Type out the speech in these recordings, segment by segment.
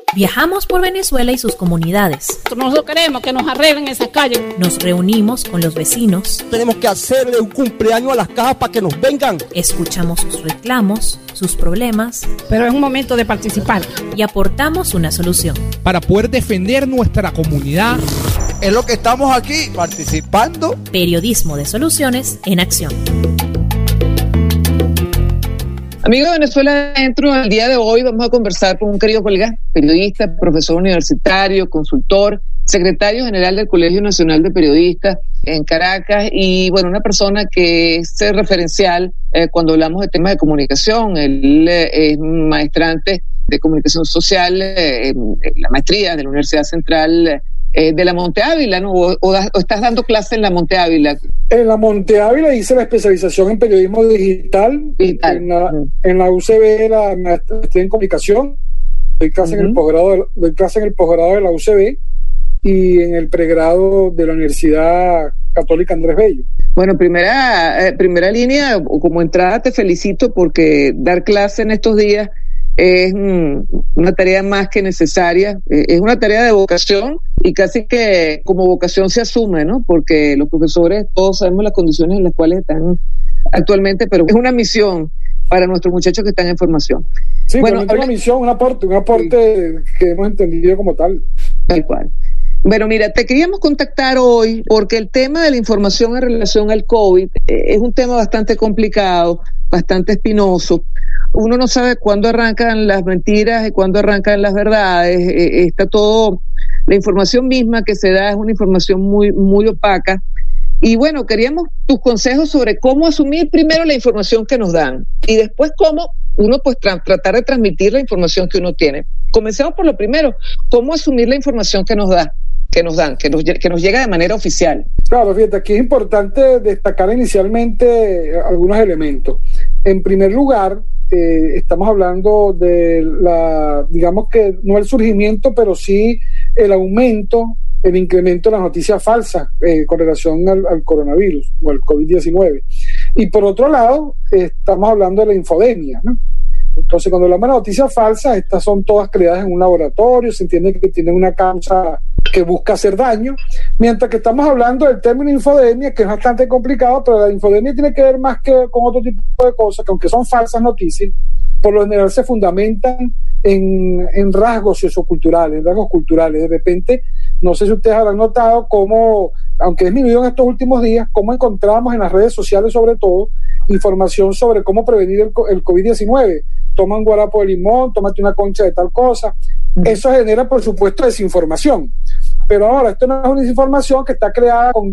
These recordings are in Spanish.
Viajamos por Venezuela y sus comunidades. Nosotros queremos que nos arreglen esa calle. Nos reunimos con los vecinos. Tenemos que hacerle un cumpleaños a las cajas para que nos vengan. Escuchamos sus reclamos, sus problemas. Pero es un momento de participar. Y aportamos una solución. Para poder defender nuestra comunidad. Es lo que estamos aquí, participando. Periodismo de soluciones en acción. Amigos de Venezuela Adentro, el día de hoy vamos a conversar con un querido colega, periodista, profesor universitario, consultor, secretario general del Colegio Nacional de Periodistas en Caracas y, bueno, una persona que es referencial cuando hablamos de temas de comunicación. Él es maestrante de comunicación social, la maestría de la Universidad Central de la Monte Ávila, ¿no? O estás dando clase en la Monte Ávila. En la Monte Ávila hice la especialización en periodismo digital. En la UCB la maestría en comunicación. Doy clase en el posgrado de la UCB y en el pregrado de la Universidad Católica Andrés Bello. Bueno, primera línea, como entrada te felicito porque dar clase en estos días es una tarea más que necesaria, es una tarea de vocación y casi que como vocación se asume, ¿no? Porque los profesores todos sabemos las condiciones en las cuales están actualmente, pero es una misión para nuestros muchachos que están en formación. Sí, bueno, una misión, un aporte sí, que hemos entendido como tal. Tal cual. Bueno, mira, te queríamos contactar hoy porque el tema de la información en relación al COVID es un tema bastante complicado, bastante espinoso. Uno no sabe cuándo arrancan las mentiras y cuándo arrancan las verdades. Está todo, la información misma que se da es una información muy, muy opaca. Y bueno, queríamos tus consejos sobre cómo asumir primero la información que nos dan y después cómo uno pues tratar de transmitir la información que uno tiene. Comencemos por lo primero, cómo asumir la información que nos dan, que nos llega de manera oficial. Claro, fíjate, aquí es importante destacar inicialmente algunos elementos. En primer lugar, estamos hablando de digamos que no el surgimiento, pero sí el aumento, el incremento de las noticias falsas con relación al coronavirus o al COVID-19. Y por otro lado, estamos hablando de la infodemia, ¿no? Entonces, cuando hablamos de noticias falsas, estas son todas creadas en un laboratorio, se entiende que tienen una causa que busca hacer daño, mientras que estamos hablando del término infodemia, que es bastante complicado, pero la infodemia tiene que ver más que con otro tipo de cosas, que aunque son falsas noticias, por lo general se fundamentan en rasgos socioculturales, en rasgos culturales. De repente, no sé si ustedes habrán notado cómo, aunque es disminuido en estos últimos días, cómo encontramos en las redes sociales sobre todo información sobre cómo prevenir el COVID-19. Toma un guarapo de limón, tómate una concha de tal cosa. Eso genera, por supuesto, desinformación. Pero ahora, esto no es una desinformación que está creada con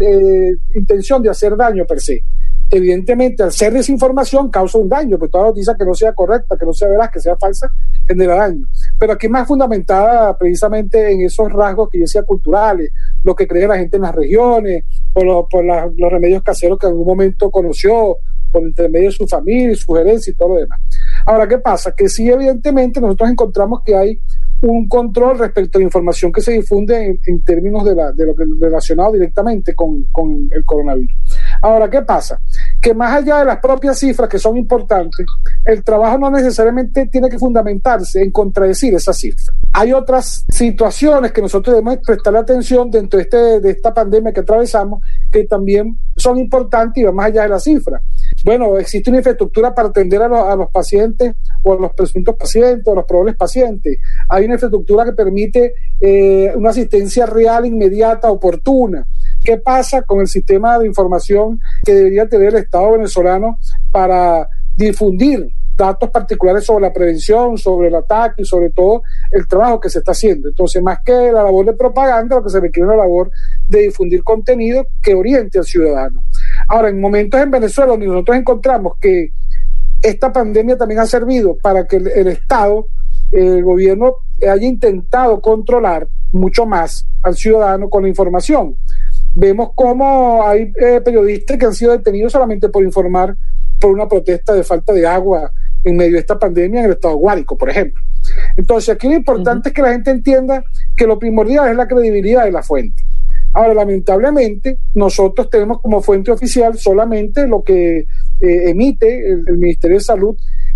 intención de hacer daño per se. Evidentemente, al ser desinformación, causa un daño, porque toda noticia que no sea correcta, que no sea veraz, que sea falsa, genera daño. Pero aquí más fundamentada precisamente en esos rasgos que yo decía culturales, lo que cree la gente en las regiones, por los remedios caseros que en algún momento conoció, por intermedio de su familia, su gerencia y todo lo demás. Ahora, ¿qué pasa? Que sí, evidentemente, nosotros encontramos que hay un control respecto a la información que se difunde en términos de lo que relacionado directamente con el coronavirus. Ahora, ¿qué pasa? Que más allá de las propias cifras que son importantes, el trabajo no necesariamente tiene que fundamentarse en contradecir esas cifras. Hay otras situaciones que nosotros debemos prestarle atención dentro de esta pandemia que atravesamos, que también son importantes y van más allá de las cifras. Bueno, existe una infraestructura para atender a los pacientes o a los presuntos pacientes o a los probables pacientes. Hay una infraestructura que permite una asistencia real, inmediata, oportuna. ¿Qué pasa con el sistema de información que debería tener el Estado venezolano para difundir datos particulares sobre la prevención, sobre el ataque y sobre todo el trabajo que se está haciendo? Entonces, más que la labor de propaganda, lo que se requiere es una labor de difundir contenido que oriente al ciudadano. Ahora, en momentos en Venezuela donde nosotros encontramos que esta pandemia también ha servido para que el Estado, el gobierno, haya intentado controlar mucho más al ciudadano con la información. Vemos cómo hay periodistas que han sido detenidos solamente por informar por una protesta de falta de agua en medio de esta pandemia en el estado Guárico, por ejemplo. Entonces, aquí lo importante es que la gente entienda que lo primordial es la credibilidad de la fuente. Ahora, lamentablemente, nosotros tenemos como fuente oficial solamente lo que emite el Ministerio de Salud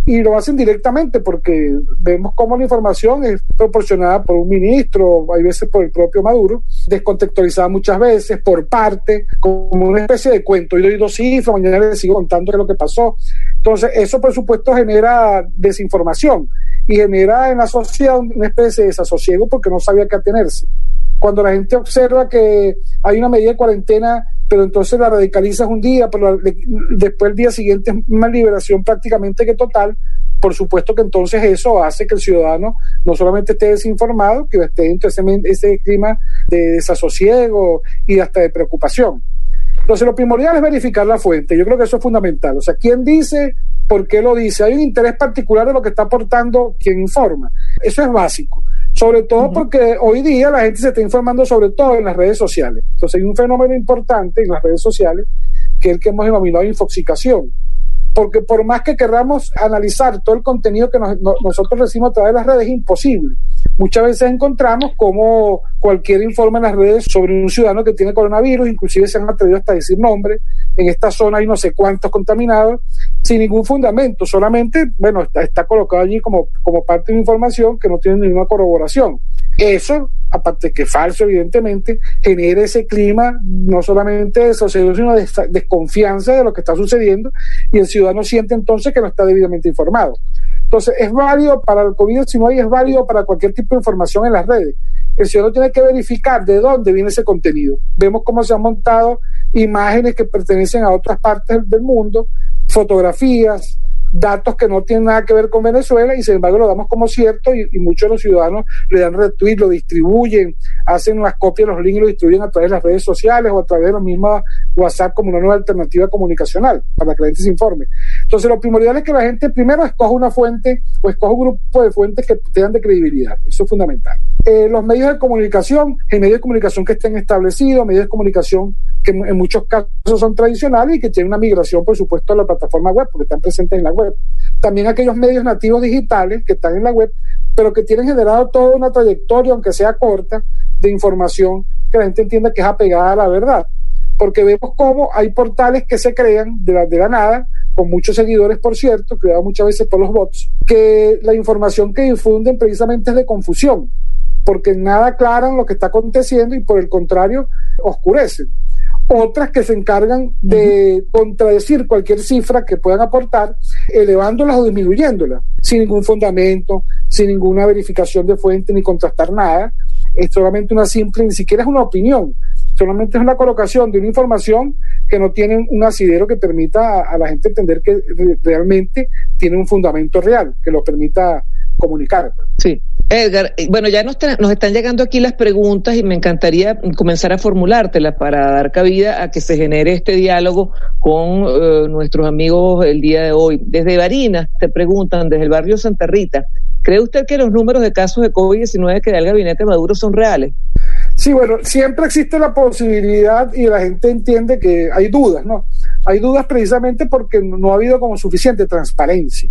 y lo hacen directamente porque vemos cómo la información es proporcionada por un ministro, hay veces por el propio Maduro, descontextualizada muchas veces, por parte, como una especie de cuento. Yo doy 2 cifras, mañana les sigo contando qué es lo que pasó. Entonces, eso por supuesto genera desinformación y genera en la sociedad una especie de desasosiego porque no sabía qué atenerse. Cuando la gente observa que hay una medida de cuarentena, pero entonces la radicalizas un día, pero después el día siguiente es una liberación prácticamente que total, por supuesto que entonces eso hace que el ciudadano no solamente esté desinformado, que esté en ese clima de desasosiego y hasta de preocupación. Entonces lo primordial es verificar la fuente, yo creo que eso es fundamental. O sea, ¿quién dice? ¿Por qué lo dice? Hay un interés particular de lo que está aportando quien informa. Eso es básico. Sobre todo porque hoy día la gente se está informando sobre todo en las redes sociales. Entonces hay un fenómeno importante en las redes sociales que es el que hemos denominado infoxicación. Porque por más que queramos analizar todo el contenido que nosotros recibimos a través de las redes, es imposible. Muchas veces encontramos como cualquier informe en las redes sobre un ciudadano que tiene coronavirus, inclusive se han atrevido hasta a decir nombres, en esta zona hay no sé cuántos contaminados, sin ningún fundamento, solamente, bueno, está colocado allí como parte de una información que no tiene ninguna corroboración. Eso, aparte de que es falso, evidentemente, genera ese clima no solamente de desasosiego, sino de desconfianza de lo que está sucediendo, y el ciudadano siente entonces que no está debidamente informado. Entonces, es válido para el COVID, sino es válido para cualquier tipo de información en las redes. El ciudadano tiene que verificar de dónde viene ese contenido. Vemos cómo se han montado imágenes que pertenecen a otras partes del mundo, fotografías, datos que no tienen nada que ver con Venezuela y sin embargo lo damos como cierto y muchos de los ciudadanos le dan retweet, lo distribuyen, hacen las copias, los links y lo distribuyen a través de las redes sociales o a través de los mismos WhatsApp como una nueva alternativa comunicacional para que la gente se informe. Entonces lo primordial es que la gente primero escoja una fuente o escoja un grupo de fuentes que tengan de credibilidad, eso es fundamental. Los medios de comunicación, el medio de comunicación que estén establecidos, medios de comunicación que en muchos casos son tradicionales y que tienen una migración, por supuesto, a la plataforma web, porque están presentes en la web. También aquellos medios nativos digitales que están en la web, pero que tienen generado toda una trayectoria, aunque sea corta, de información que la gente entienda que es apegada a la verdad. Porque vemos cómo hay portales que se crean de la nada, con muchos seguidores, por cierto, creados muchas veces por los bots, que la información que difunden precisamente es de confusión, porque nada aclaran lo que está aconteciendo y por el contrario oscurecen. Otras que se encargan de contradecir cualquier cifra que puedan aportar, elevándolas o disminuyéndolas, sin ningún fundamento, sin ninguna verificación de fuente ni contrastar nada. Es solamente una simple, ni siquiera es una opinión, solamente es una colocación de una información que no tiene un asidero que permita a la gente entender que realmente tiene un fundamento real, que lo permita comunicar. Sí. Edgar, bueno, ya nos están llegando aquí las preguntas y me encantaría comenzar a formulártelas para dar cabida a que se genere este diálogo con nuestros amigos el día de hoy. Desde Barinas te preguntan, desde el barrio Santa Rita, ¿cree usted que los números de casos de COVID-19 que da el gabinete Maduro son reales? Sí, bueno, siempre existe la posibilidad y la gente entiende que hay dudas, ¿no? Hay dudas precisamente porque no ha habido como suficiente transparencia,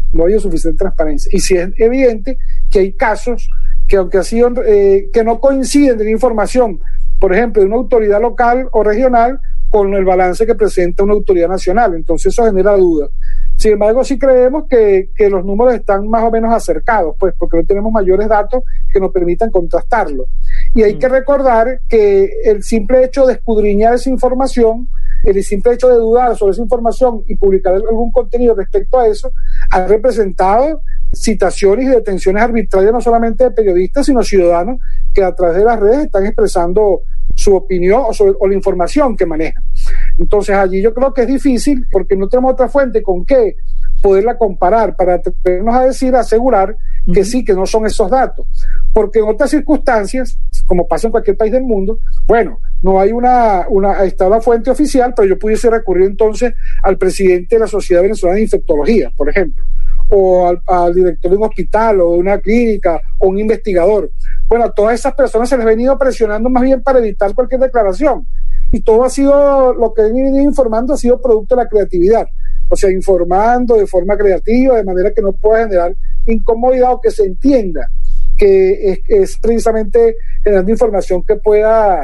y sí es evidente que hay casos que aunque ha sido, que no coinciden de la información, por ejemplo, de una autoridad local o regional con el balance que presenta una autoridad nacional, entonces eso genera dudas. Sin embargo, sí creemos que los números están más o menos acercados, pues, porque no tenemos mayores datos que nos permitan contrastarlo. Y hay que recordar que el simple hecho de escudriñar esa información, el simple hecho de dudar sobre esa información y publicar algún contenido respecto a eso, ha representado citaciones y detenciones arbitrarias no solamente de periodistas, sino ciudadanos que a través de las redes están expresando su opinión o la información que manejan. Entonces allí yo creo que es difícil porque no tenemos otra fuente con que poderla comparar para atrevernos a decir, asegurar que sí, que no son esos datos. Porque en otras circunstancias, como pasa en cualquier país del mundo, bueno, no hay está la fuente oficial, pero yo pudiese recurrir entonces al presidente de la Sociedad Venezolana de Infectología, por ejemplo, o al director de un hospital o de una clínica o un investigador. Bueno, a todas esas personas se les ha venido presionando más bien para evitar cualquier declaración. Y todo ha sido, lo que he venido informando ha sido producto de la creatividad. O sea, informando de forma creativa, de manera que no pueda generar incomodidad o que se entienda que es precisamente generando información que pueda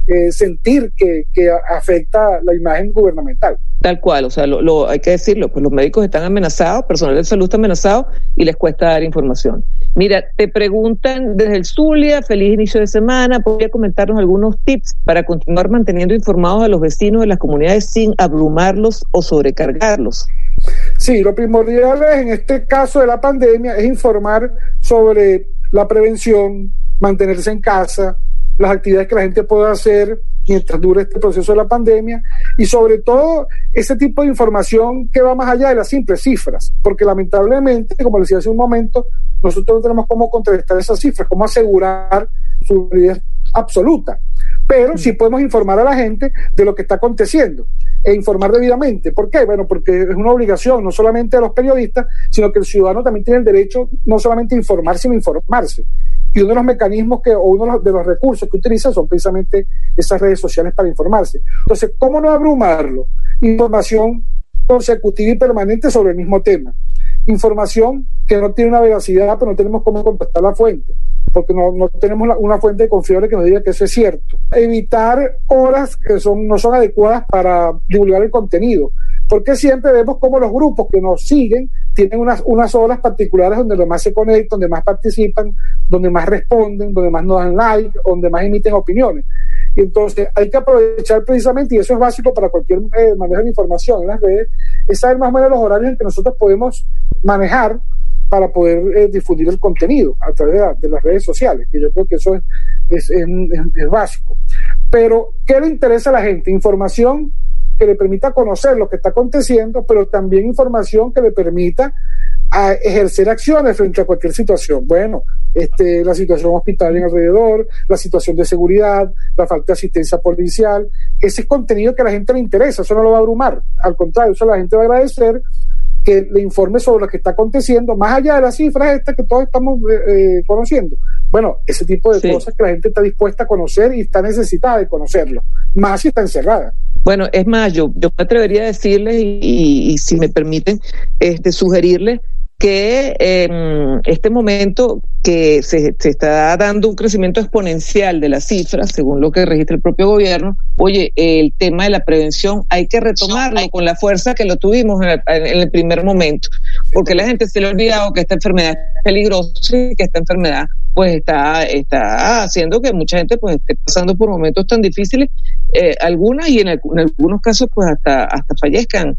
sentir que afecta la imagen gubernamental. Tal cual, o sea, hay que decirlo, pues los médicos están amenazados, personal de salud está amenazado y les cuesta dar información. Mira, te preguntan desde el Zulia, feliz inicio de semana, ¿podría comentarnos algunos tips para continuar manteniendo informados a los vecinos de las comunidades sin abrumarlos o sobrecargarlos? Sí, lo primordial es, en este caso de la pandemia, es informar sobre la prevención, mantenerse en casa, las actividades que la gente puede hacer mientras dure este proceso de la pandemia, y sobre todo ese tipo de información que va más allá de las simples cifras, porque lamentablemente, como les decía hace un momento, nosotros no tenemos cómo contrarrestar esas cifras, cómo asegurar su realidad absoluta, pero sí podemos informar a la gente de lo que está aconteciendo e informar debidamente. ¿Por qué? Bueno, porque es una obligación no solamente de los periodistas, sino que el ciudadano también tiene el derecho no solamente a informar, sino a informarse. Y uno de los mecanismos uno de los recursos que utilizan son precisamente esas redes sociales para informarse. Entonces, ¿cómo no abrumarlo? Información consecutiva y permanente sobre el mismo tema. Información que no tiene una veracidad, pero no tenemos cómo contestar la fuente, porque no tenemos una fuente confiable que nos diga que eso es cierto. Evitar horas que no son adecuadas para divulgar el contenido, porque siempre vemos cómo los grupos que nos siguen tienen unas horas particulares donde más se conectan, donde más participan, donde más responden, donde más nos dan like, donde más emiten opiniones. Y entonces hay que aprovechar precisamente, y eso es básico para cualquier manejo de información en las redes, es saber más o menos los horarios en que nosotros podemos manejar para poder difundir el contenido a través de las redes sociales, que yo creo que eso es básico. Pero, ¿qué le interesa a la gente? Información que le permita conocer lo que está aconteciendo, pero también información que le permita ejercer acciones frente a cualquier situación. Bueno, la situación hospitalaria alrededor, la situación de seguridad, la falta de asistencia policial, ese es contenido que a la gente le interesa, eso no lo va a abrumar, al contrario, eso la gente va a agradecer que le informe sobre lo que está aconteciendo, más allá de las cifras estas que todos estamos conociendo. Bueno, ese tipo de cosas que la gente está dispuesta a conocer y está necesitada de conocerlo, más si está encerrada. Bueno, es más, yo me atrevería a decirles y si me permiten, sugerirles que este momento que se está dando un crecimiento exponencial de las cifras, según lo que registra el propio gobierno, oye, el tema de la prevención hay que retomarlo con la fuerza que lo tuvimos en el primer momento, porque la gente se le ha olvidado que esta enfermedad es peligrosa y que esta enfermedad pues está haciendo que mucha gente pues esté pasando por momentos tan difíciles, algunas y en algunos casos pues hasta fallezcan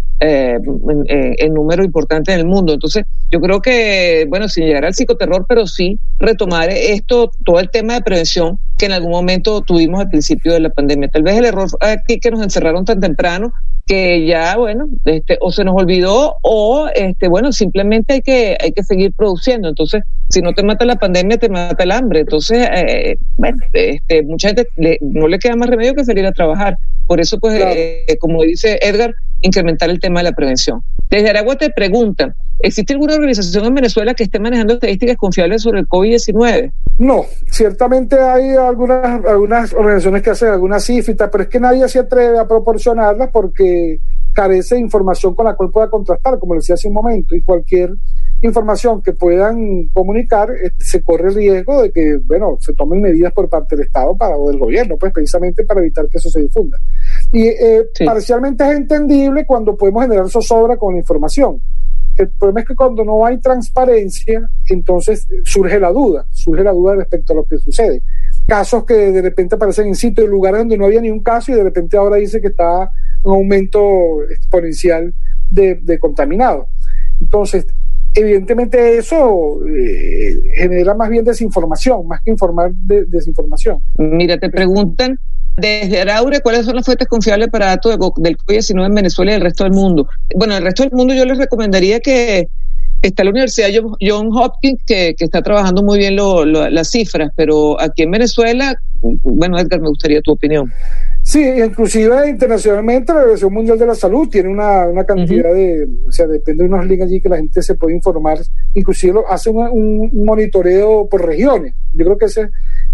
en número importante en el mundo. Entonces yo creo que, bueno, sin llegar al psicoterror, pero sí retomar todo el tema de prevención que en algún momento tuvimos al principio de la pandemia. Tal vez el error aquí que nos encerraron tan temprano que ya, bueno, o se nos olvidó o, bueno, simplemente hay que seguir produciendo. Entonces, si no te mata la pandemia, te mata el hambre. Entonces, bueno, mucha gente no le queda más remedio que salir a trabajar. Por eso, pues, claro, como dice Edgar, incrementar el tema de la prevención. Desde Aragua te preguntan, ¿existe alguna organización en Venezuela que esté manejando estadísticas confiables sobre el COVID-19? No, ciertamente hay algunas organizaciones que hacen algunas cifras, pero es que nadie se atreve a proporcionarlas porque carece de información con la cual pueda contrastar, como decía hace un momento, y cualquier información que puedan comunicar, se corre el riesgo de que, bueno, se tomen medidas por parte del Estado o del gobierno, pues precisamente para evitar que eso se difunda. Y sí, parcialmente es entendible cuando podemos generar zozobra con la información. El problema es que cuando no hay transparencia, entonces surge la duda respecto a lo que sucede. Casos que de repente aparecen en sitios, en lugares donde no había ni un caso y de repente ahora dice que está un aumento exponencial de contaminados. Entonces, evidentemente eso genera más bien desinformación, más que informar desinformación. Mira, te preguntan desde Araure, ¿cuáles son las fuentes confiables para datos del COVID-19 en Venezuela y el resto del mundo? Bueno, el resto del mundo yo les recomendaría que está la Universidad Johns Hopkins, que está trabajando muy bien las cifras, pero aquí en Venezuela, bueno, Edgar, me gustaría tu opinión. Sí, inclusive internacionalmente la Organización Mundial de la Salud tiene una cantidad o sea, depende de unos links allí que la gente se puede informar, inclusive hace un monitoreo por regiones. Yo creo que ese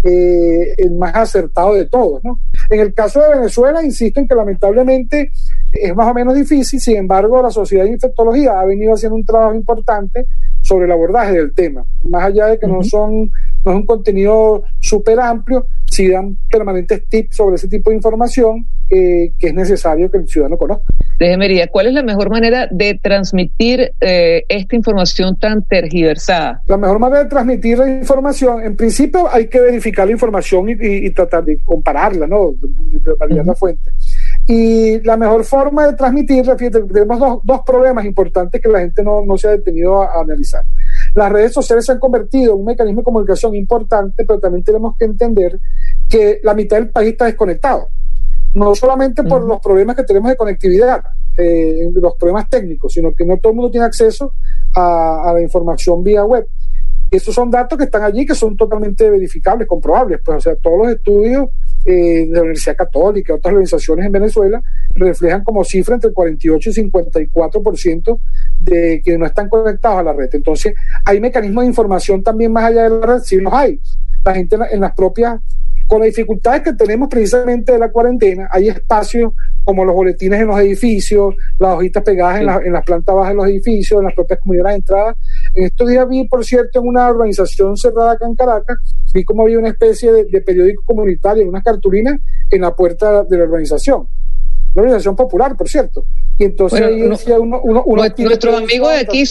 es el más acertado de todos, ¿no? En el caso de Venezuela, insisto en que lamentablemente es más o menos difícil, sin embargo la Sociedad de Infectología ha venido haciendo un trabajo importante sobre el abordaje del tema, más allá de que no es un contenido súper amplio, sí dan permanentes tips sobre ese tipo de información que es necesario que el ciudadano conozca. María, ¿cuál es la mejor manera de transmitir esta información tan tergiversada? La mejor manera de transmitir la información, en principio hay que verificar la información y tratar de compararla, ¿no? De validar la fuente. Y la mejor forma de transmitirla, fíjate, tenemos dos problemas importantes que la gente no se ha detenido a analizar. Las redes sociales se han convertido en un mecanismo de comunicación importante, pero también tenemos que entender que la mitad del país está desconectado. No solamente por los problemas que tenemos de conectividad, los problemas técnicos, sino que no todo el mundo tiene acceso a la información vía web. Esos son datos que están allí, que son totalmente verificables, comprobables. Pues, o sea, todos los estudios de la Universidad Católica y otras organizaciones en Venezuela reflejan como cifra entre el 48 y 54% de que no están conectados a la red. Entonces, hay mecanismos de información también más allá de la red, sí los hay. La gente en las propias, con las dificultades que tenemos precisamente de la cuarentena, hay espacios como los boletines en los edificios, las hojitas pegadas en las plantas bajas de los edificios, en las propias comunidades de entrada. En estos días vi, por cierto, en una urbanización cerrada acá en Caracas, vi cómo había una especie de periódico comunitario, unas cartulinas en la puerta de la urbanización. Una organización popular, por cierto. Y entonces ahí decía nuestros amigos de aquí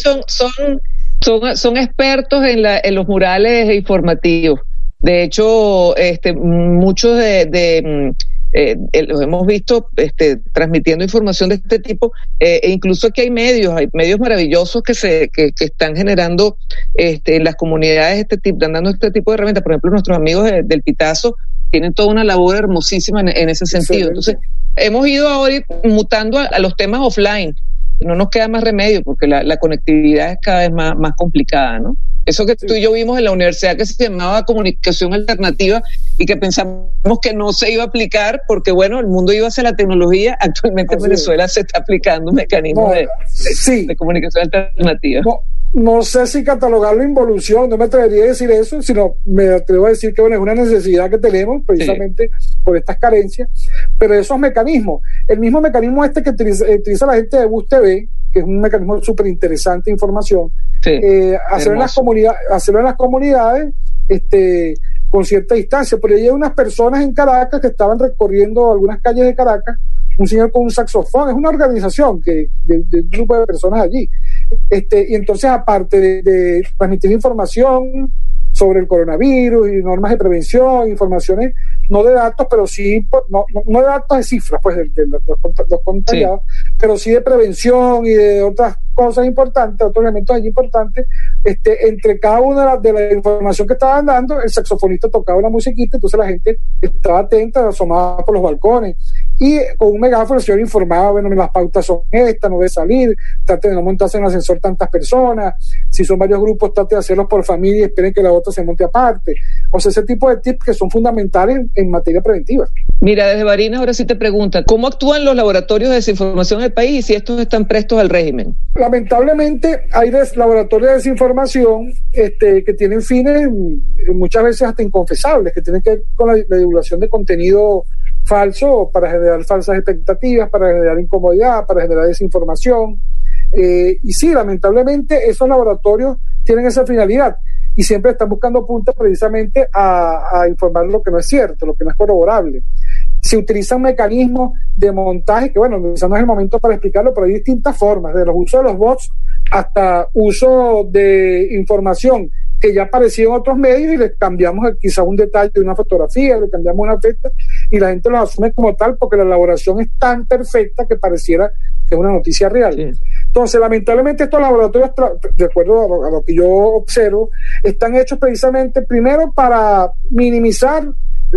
son expertos en los murales informativos. De hecho, muchos los hemos visto transmitiendo información de este tipo, e incluso aquí hay medios maravillosos que están generando en las comunidades dando este tipo de herramientas. Por ejemplo, nuestros amigos del Pitazo tienen toda una labor hermosísima en ese sentido. Entonces, hemos ido ahora mutando a los temas offline. No nos queda más remedio porque la conectividad es cada vez más complicada, ¿no? Eso que tú y yo vimos en la universidad que se llamaba comunicación alternativa y que pensamos que no se iba a aplicar porque, bueno, el mundo iba hacia la tecnología. Actualmente en Venezuela se está aplicando un mecanismo de comunicación alternativa. No sé si catalogarlo involución, no me atrevería a decir eso, sino me atrevo a decir que, bueno, es una necesidad que tenemos precisamente por estas carencias, pero esos mecanismos, el mismo mecanismo que utiliza la gente de Bus TV, que es un mecanismo súper interesante de información, hacerlo en las comunidades con cierta distancia. Por ahí hay unas personas en Caracas que estaban recorriendo algunas calles de Caracas, un señor con un saxofón, es una organización de un grupo de personas allí, y entonces aparte de transmitir información sobre el coronavirus y normas de prevención, informaciones no de datos, pero sí, no de datos de cifras, pues de los contagiados, pero sí de prevención y de otras cosas importantes, otros elementos allí importantes. Entre cada una de la información que estaban dando, el saxofonista tocaba una musiquita, entonces la gente estaba atenta, asomaba por los balcones, y con un megáfono el señor informaba, bueno, las pautas son estas, no debe salir, trate de no montarse en el ascensor tantas personas, si son varios grupos, trate de hacerlos por familia y esperen que la otra se monte aparte. O sea, ese tipo de tips que son fundamentales en materia preventiva. Mira, desde Barinas ahora sí te preguntan, ¿cómo actúan los laboratorios de desinformación en el país y si estos están prestos al régimen? Lamentablemente hay laboratorios de desinformación que tienen fines muchas veces hasta inconfesables, que tienen que ver con la divulgación de contenido falso para generar falsas expectativas, para generar incomodidad, para generar desinformación. Y sí, lamentablemente esos laboratorios tienen esa finalidad y siempre están buscando puntas precisamente a informar lo que no es cierto, lo que no es corroborable. Se utilizan mecanismos de montaje que, bueno, quizás no es el momento para explicarlo, pero hay distintas formas, desde los usos de los bots hasta uso de información que ya apareció en otros medios y le cambiamos quizás un detalle de una fotografía, le cambiamos una fecha y la gente lo asume como tal porque la elaboración es tan perfecta que pareciera que es una noticia real. Sí. Entonces, lamentablemente estos laboratorios, de acuerdo a lo que yo observo, están hechos precisamente primero para minimizar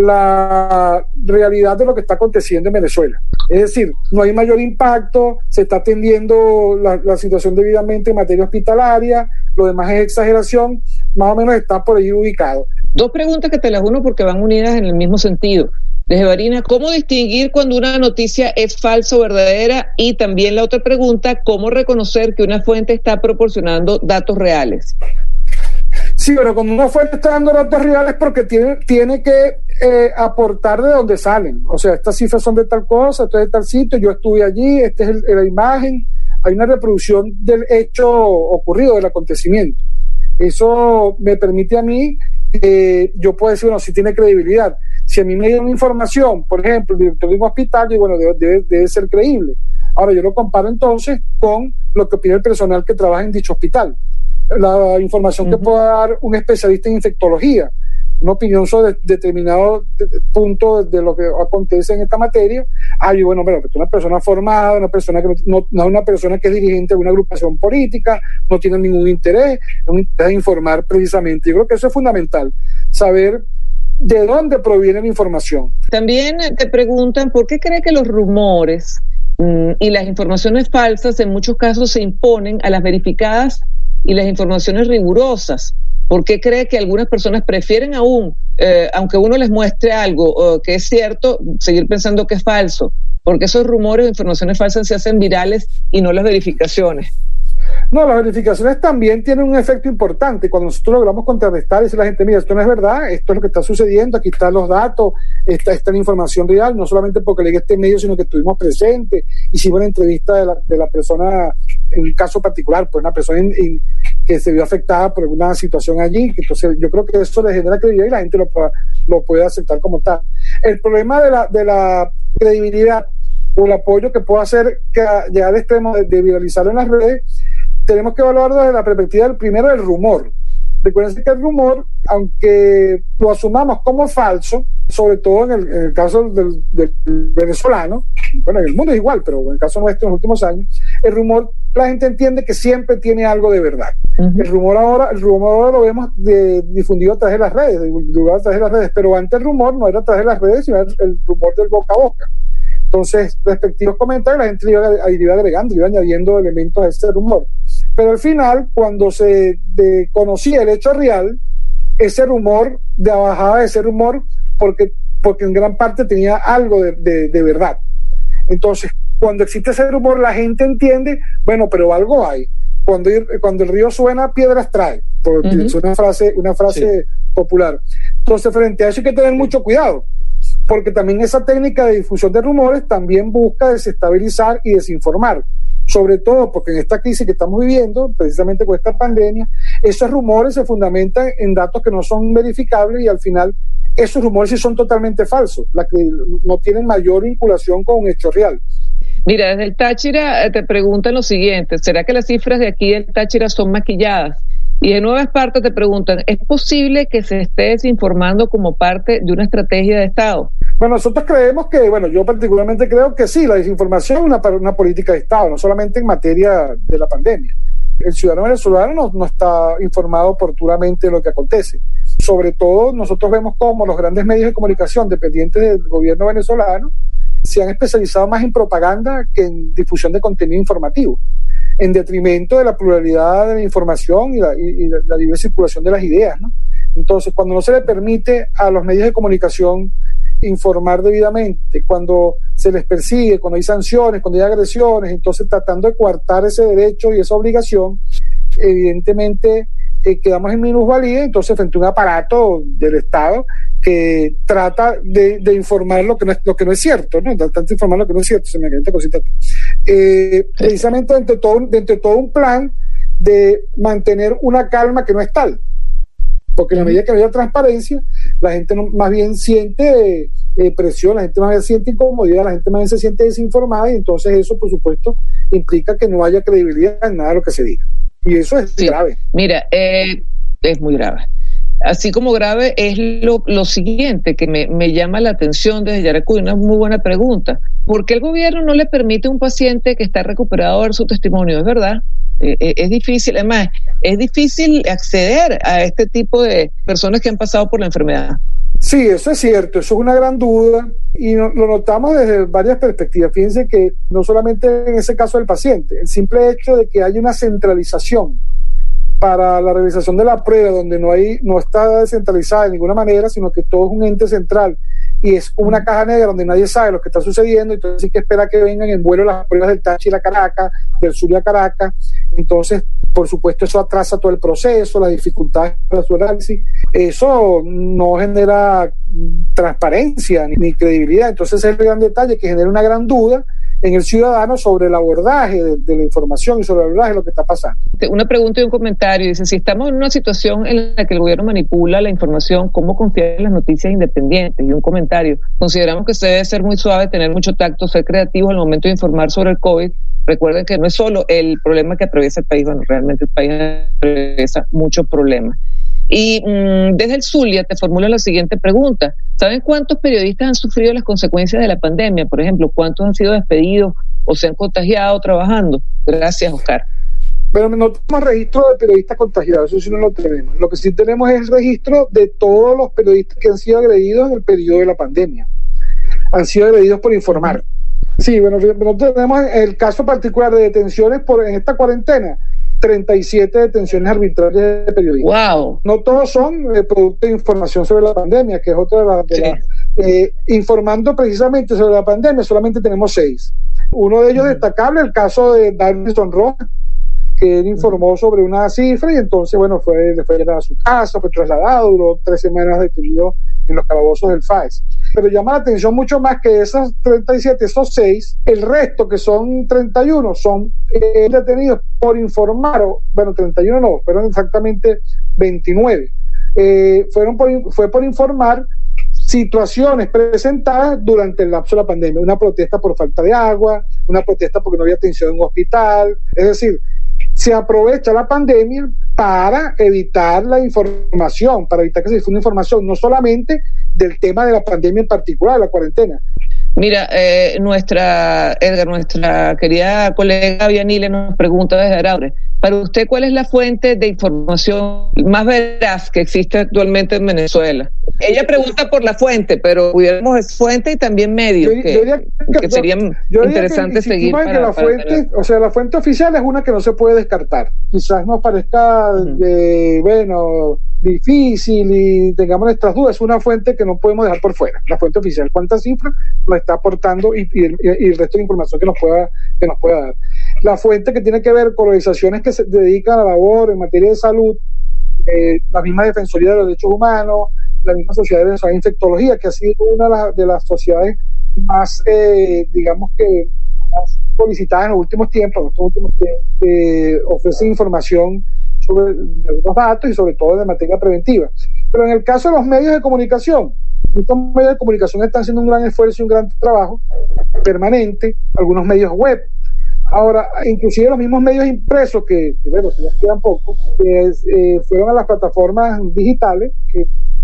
la realidad de lo que está aconteciendo en Venezuela. Es decir, no hay mayor impacto, se está atendiendo la situación debidamente en materia hospitalaria, lo demás es exageración, más o menos está por ahí ubicado. Dos preguntas que te las uno porque van unidas en el mismo sentido. Desde Barinas, ¿cómo distinguir cuando una noticia es falsa o verdadera? Y también la otra pregunta, ¿cómo reconocer que una fuente está proporcionando datos reales? Sí, pero cuando una fuente está dando datos reales porque tiene que aportar de dónde salen. O sea, estas cifras son de tal cosa, esto es de tal sitio, yo estuve allí, esta es la imagen, hay una reproducción del hecho ocurrido, del acontecimiento. Eso me permite a mí yo puedo decir, bueno, si tiene credibilidad. Si a mí me dieron información, por ejemplo, el director de un hospital, yo, bueno, debe ser creíble. Ahora yo lo comparo entonces con lo que opina el personal que trabaja en dicho hospital. La información que pueda dar un especialista en infectología, una opinión sobre determinado punto de lo que acontece en esta materia. Y bueno, pero una persona formada, una persona que no es una persona que es dirigente de una agrupación política, no tiene ningún interés, es un interés de informar precisamente. Yo creo que eso es fundamental, saber de dónde proviene la información. También te preguntan por qué cree que los rumores y las informaciones falsas en muchos casos se imponen a las verificadas y las informaciones rigurosas. ¿Por qué cree que algunas personas prefieren aún, aunque uno les muestre algo que es cierto, seguir pensando que es falso? Porque esos rumores o informaciones falsas se hacen virales y no las verificaciones. No, las verificaciones también tienen un efecto importante. Cuando nosotros logramos contrarrestar y decir a la gente, mira, esto no es verdad, esto es lo que está sucediendo, aquí están los datos, está la información real, no solamente porque leí este medio, sino que estuvimos presentes, hicimos una entrevista de la persona, en un caso particular, pues una persona que se vio afectada por alguna situación allí. Entonces yo creo que eso le genera credibilidad y la gente lo puede aceptar como tal. El problema de la credibilidad o el apoyo que pueda hacer que llegar al extremo de viralizarlo en las redes, tenemos que evaluarlo desde la perspectiva del rumor. Recuerden que el rumor, aunque lo asumamos como falso, sobre todo en el caso del venezolano, bueno, en el mundo es igual, pero en el caso nuestro en los últimos años, el rumor, la gente entiende que siempre tiene algo de verdad. El rumor ahora lo vemos difundido a través de las redes, pero antes el rumor no era a través de las redes, sino el rumor del boca a boca. Entonces, respectivos comentarios, la gente iba agregando, iba añadiendo elementos a ese rumor. Pero al final, cuando se conocía el hecho real, ese rumor bajaba de ese rumor porque en gran parte tenía algo de verdad. Entonces, cuando existe ese rumor, la gente entiende, bueno, pero algo hay. Cuando el río suena, piedras trae, porque es una frase sí, popular. Entonces, frente a eso hay que tener mucho cuidado, porque también esa técnica de difusión de rumores también busca desestabilizar y desinformar, sobre todo porque en esta crisis que estamos viviendo, precisamente con esta pandemia, esos rumores se fundamentan en datos que no son verificables y al final esos rumores sí son totalmente falsos, que no tienen mayor vinculación con un hecho real. Mira, desde el Táchira te preguntan lo siguiente: ¿será que las cifras de aquí del Táchira son maquilladas? Y de Nueva Esparta te preguntan, ¿es posible que se esté desinformando como parte de una estrategia de Estado? Bueno, nosotros creemos que, yo particularmente creo que sí, la desinformación es una política de Estado, no solamente en materia de la pandemia. El ciudadano venezolano no está informado oportunamente de lo que acontece. Sobre todo, nosotros vemos cómo los grandes medios de comunicación dependientes del gobierno venezolano se han especializado más en propaganda que en difusión de contenido informativo, en detrimento de la pluralidad de la información y la libre circulación de las ideas, ¿no? Entonces, cuando no se le permite a los medios de comunicación informar debidamente, cuando se les persigue, cuando hay sanciones, cuando hay agresiones, entonces tratando de coartar ese derecho y esa obligación, evidentemente quedamos en minusvalía, entonces frente a un aparato del Estado que trata de informar lo que no es cierto, ¿no? Tanto informar lo que no es cierto, se me cae esta cosita aquí. Precisamente dentro de todo un plan de mantener una calma que no es tal, porque en la medida que haya transparencia, la gente más bien siente presión, la gente más bien siente incomodidad, la gente más bien se siente desinformada, y entonces eso, por supuesto, implica que no haya credibilidad en nada de lo que se diga. Y eso es grave. Mira, es muy grave. Así como grave es lo siguiente que me llama la atención desde Yaracuy, una muy buena pregunta. ¿Por qué el gobierno no le permite a un paciente que está recuperado dar su testimonio? Es verdad, es difícil, además, es difícil acceder a este tipo de personas que han pasado por la enfermedad. Sí, eso es cierto, eso es una gran duda y lo notamos desde varias perspectivas. Fíjense que no solamente en ese caso del paciente, el simple hecho de que haya una centralización para la realización de la prueba, donde no está descentralizada de ninguna manera, sino que todo es un ente central y es una caja negra donde nadie sabe lo que está sucediendo, entonces sí que espera que vengan en vuelo las pruebas del Táchira a Caracas, del Zulia a Caracas. Entonces, por supuesto, eso atrasa todo el proceso, las dificultades para su análisis, eso no genera transparencia ni credibilidad. Entonces ese es el gran detalle, que genera una gran duda en el ciudadano sobre el abordaje de la información y sobre el abordaje de lo que está pasando. Una pregunta y un comentario. Dice, si estamos en una situación en la que el gobierno manipula la información, ¿cómo confiar en las noticias independientes? Y un comentario. Consideramos que se debe ser muy suave, tener mucho tacto, ser creativos al momento de informar sobre el COVID. Recuerden que no es solo el problema que atraviesa el país, bueno, realmente el país atraviesa muchos problemas. Y desde el Zulia te formulo la siguiente pregunta. ¿Saben cuántos periodistas han sufrido las consecuencias de la pandemia? Por ejemplo, ¿cuántos han sido despedidos o se han contagiado trabajando? Gracias, Oscar. Pero no tenemos registro de periodistas contagiados, eso sí no lo tenemos. Lo que sí tenemos es el registro de todos los periodistas que han sido agredidos en el periodo de la pandemia. Han sido agredidos por informar. Sí, bueno, no tenemos el caso particular de detenciones en esta cuarentena. 37 detenciones arbitrarias de periodistas. Wow. No todos son producto de información sobre la pandemia, que es otra de las informando precisamente sobre la pandemia, solamente tenemos 6. Uno de ellos destacable, el caso de Darwinson Rojas, que él informó sobre una cifra y entonces, bueno, le fue llevado a su casa, fue trasladado, duró 3 semanas detenido en los calabozos del FAES. Pero llama la atención mucho más que esas 37, esos 6, el resto, que son 31, son detenidos por informar, bueno, 31 no, fueron exactamente 29. Fue por informar situaciones presentadas durante el lapso de la pandemia, una protesta por falta de agua, una protesta porque no había atención en un hospital, es decir, se aprovecha la pandemia para evitar la información, para evitar que se difunda información, no solamente del tema de la pandemia en particular, de la cuarentena. Mira, nuestra querida colega Vianile nos pregunta desde Araure, para usted, ¿cuál es la fuente de información más veraz que existe actualmente en Venezuela? Ella pregunta por la fuente, pero pudiéramos fuente y también medios, que sería interesante seguir. La fuente oficial es una que no se puede descartar. Quizás nos parezca, difícil y tengamos nuestras dudas, es una fuente que no podemos dejar por fuera, la fuente oficial. ¿Cuántas cifras nos está aportando y el resto de información que nos pueda dar? La fuente que tiene que ver con organizaciones que se dedican a la labor en materia de salud, la misma Defensoría de los Derechos Humanos, la misma Sociedad Venezolana de Infectología, que ha sido una de las sociedades más, más solicitadas en los últimos tiempos, ofrece información sobre algunos datos y sobre todo de materia preventiva. Pero en el caso de los medios de comunicación, estos medios de comunicación están haciendo un gran esfuerzo y un gran trabajo permanente, algunos medios web. Ahora, inclusive los mismos medios impresos que ya quedan poco, fueron a las plataformas digitales que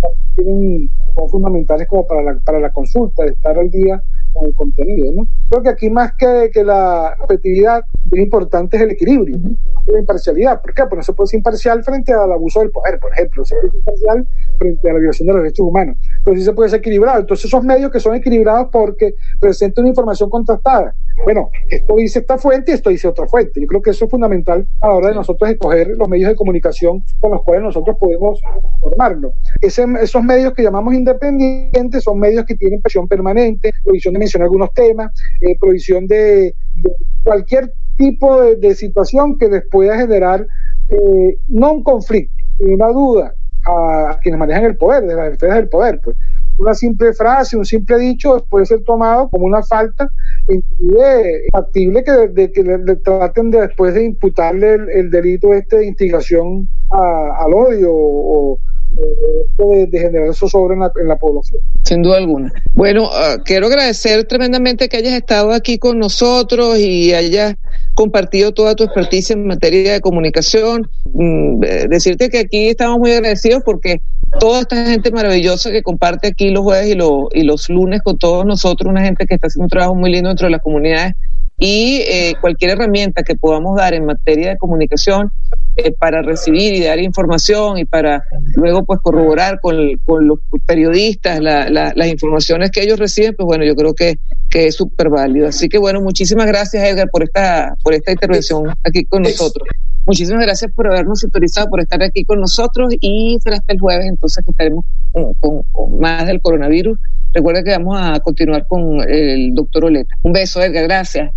son fundamentales como para la consulta, de estar al día con el contenido, ¿no? Creo que aquí más que la objetividad, lo importante es el equilibrio, la imparcialidad. ¿Por qué? Porque no se puede ser imparcial frente al abuso del poder, por ejemplo, no se puede ser imparcial frente a la violación de los derechos humanos, pero sí se puede ser equilibrado. Entonces esos medios que son equilibrados porque presentan una información contrastada. Bueno, esto dice esta fuente y esto dice otra fuente. Yo creo que eso es fundamental a la hora de nosotros escoger los medios de comunicación con los cuales nosotros podemos formarnos. Esos medios que llamamos independientes son medios que tienen presión permanente, provisión de mencionar algunos temas, provisión de cualquier tipo de situación que les pueda generar no un conflicto, sino una duda a quienes manejan el poder, de las esferas del poder, pues. Una simple frase, un simple dicho puede ser tomado como una falta, inclusive factible que le traten de después de imputarle el delito de instigación al odio o de generar zozobra en la población. Sin duda alguna. Bueno, quiero agradecer tremendamente que hayas estado aquí con nosotros y hayas compartido toda tu experticia en materia de comunicación. Decirte que aquí estamos muy agradecidos porque toda esta gente maravillosa que comparte aquí los jueves y los lunes con todos nosotros, una gente que está haciendo un trabajo muy lindo dentro de las comunidades, y cualquier herramienta que podamos dar en materia de comunicación para recibir y dar información y para luego pues corroborar con los periodistas las informaciones que ellos reciben, pues bueno, yo creo que es súper válido. Así que bueno, muchísimas gracias, Edgar, por esta intervención aquí con nosotros. Muchísimas gracias por habernos sintonizado, por estar aquí con nosotros, y será hasta el jueves entonces que estaremos con más del coronavirus. Recuerda que vamos a continuar con el doctor Oleta. Un beso, Edgar, gracias.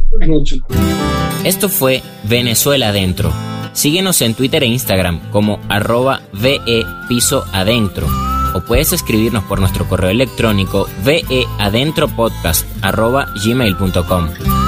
Esto fue Venezuela Adentro. Síguenos en Twitter e Instagram como @VE Piso Adentro. o puedes escribirnos por nuestro correo electrónico veadentropodcast@gmail.com.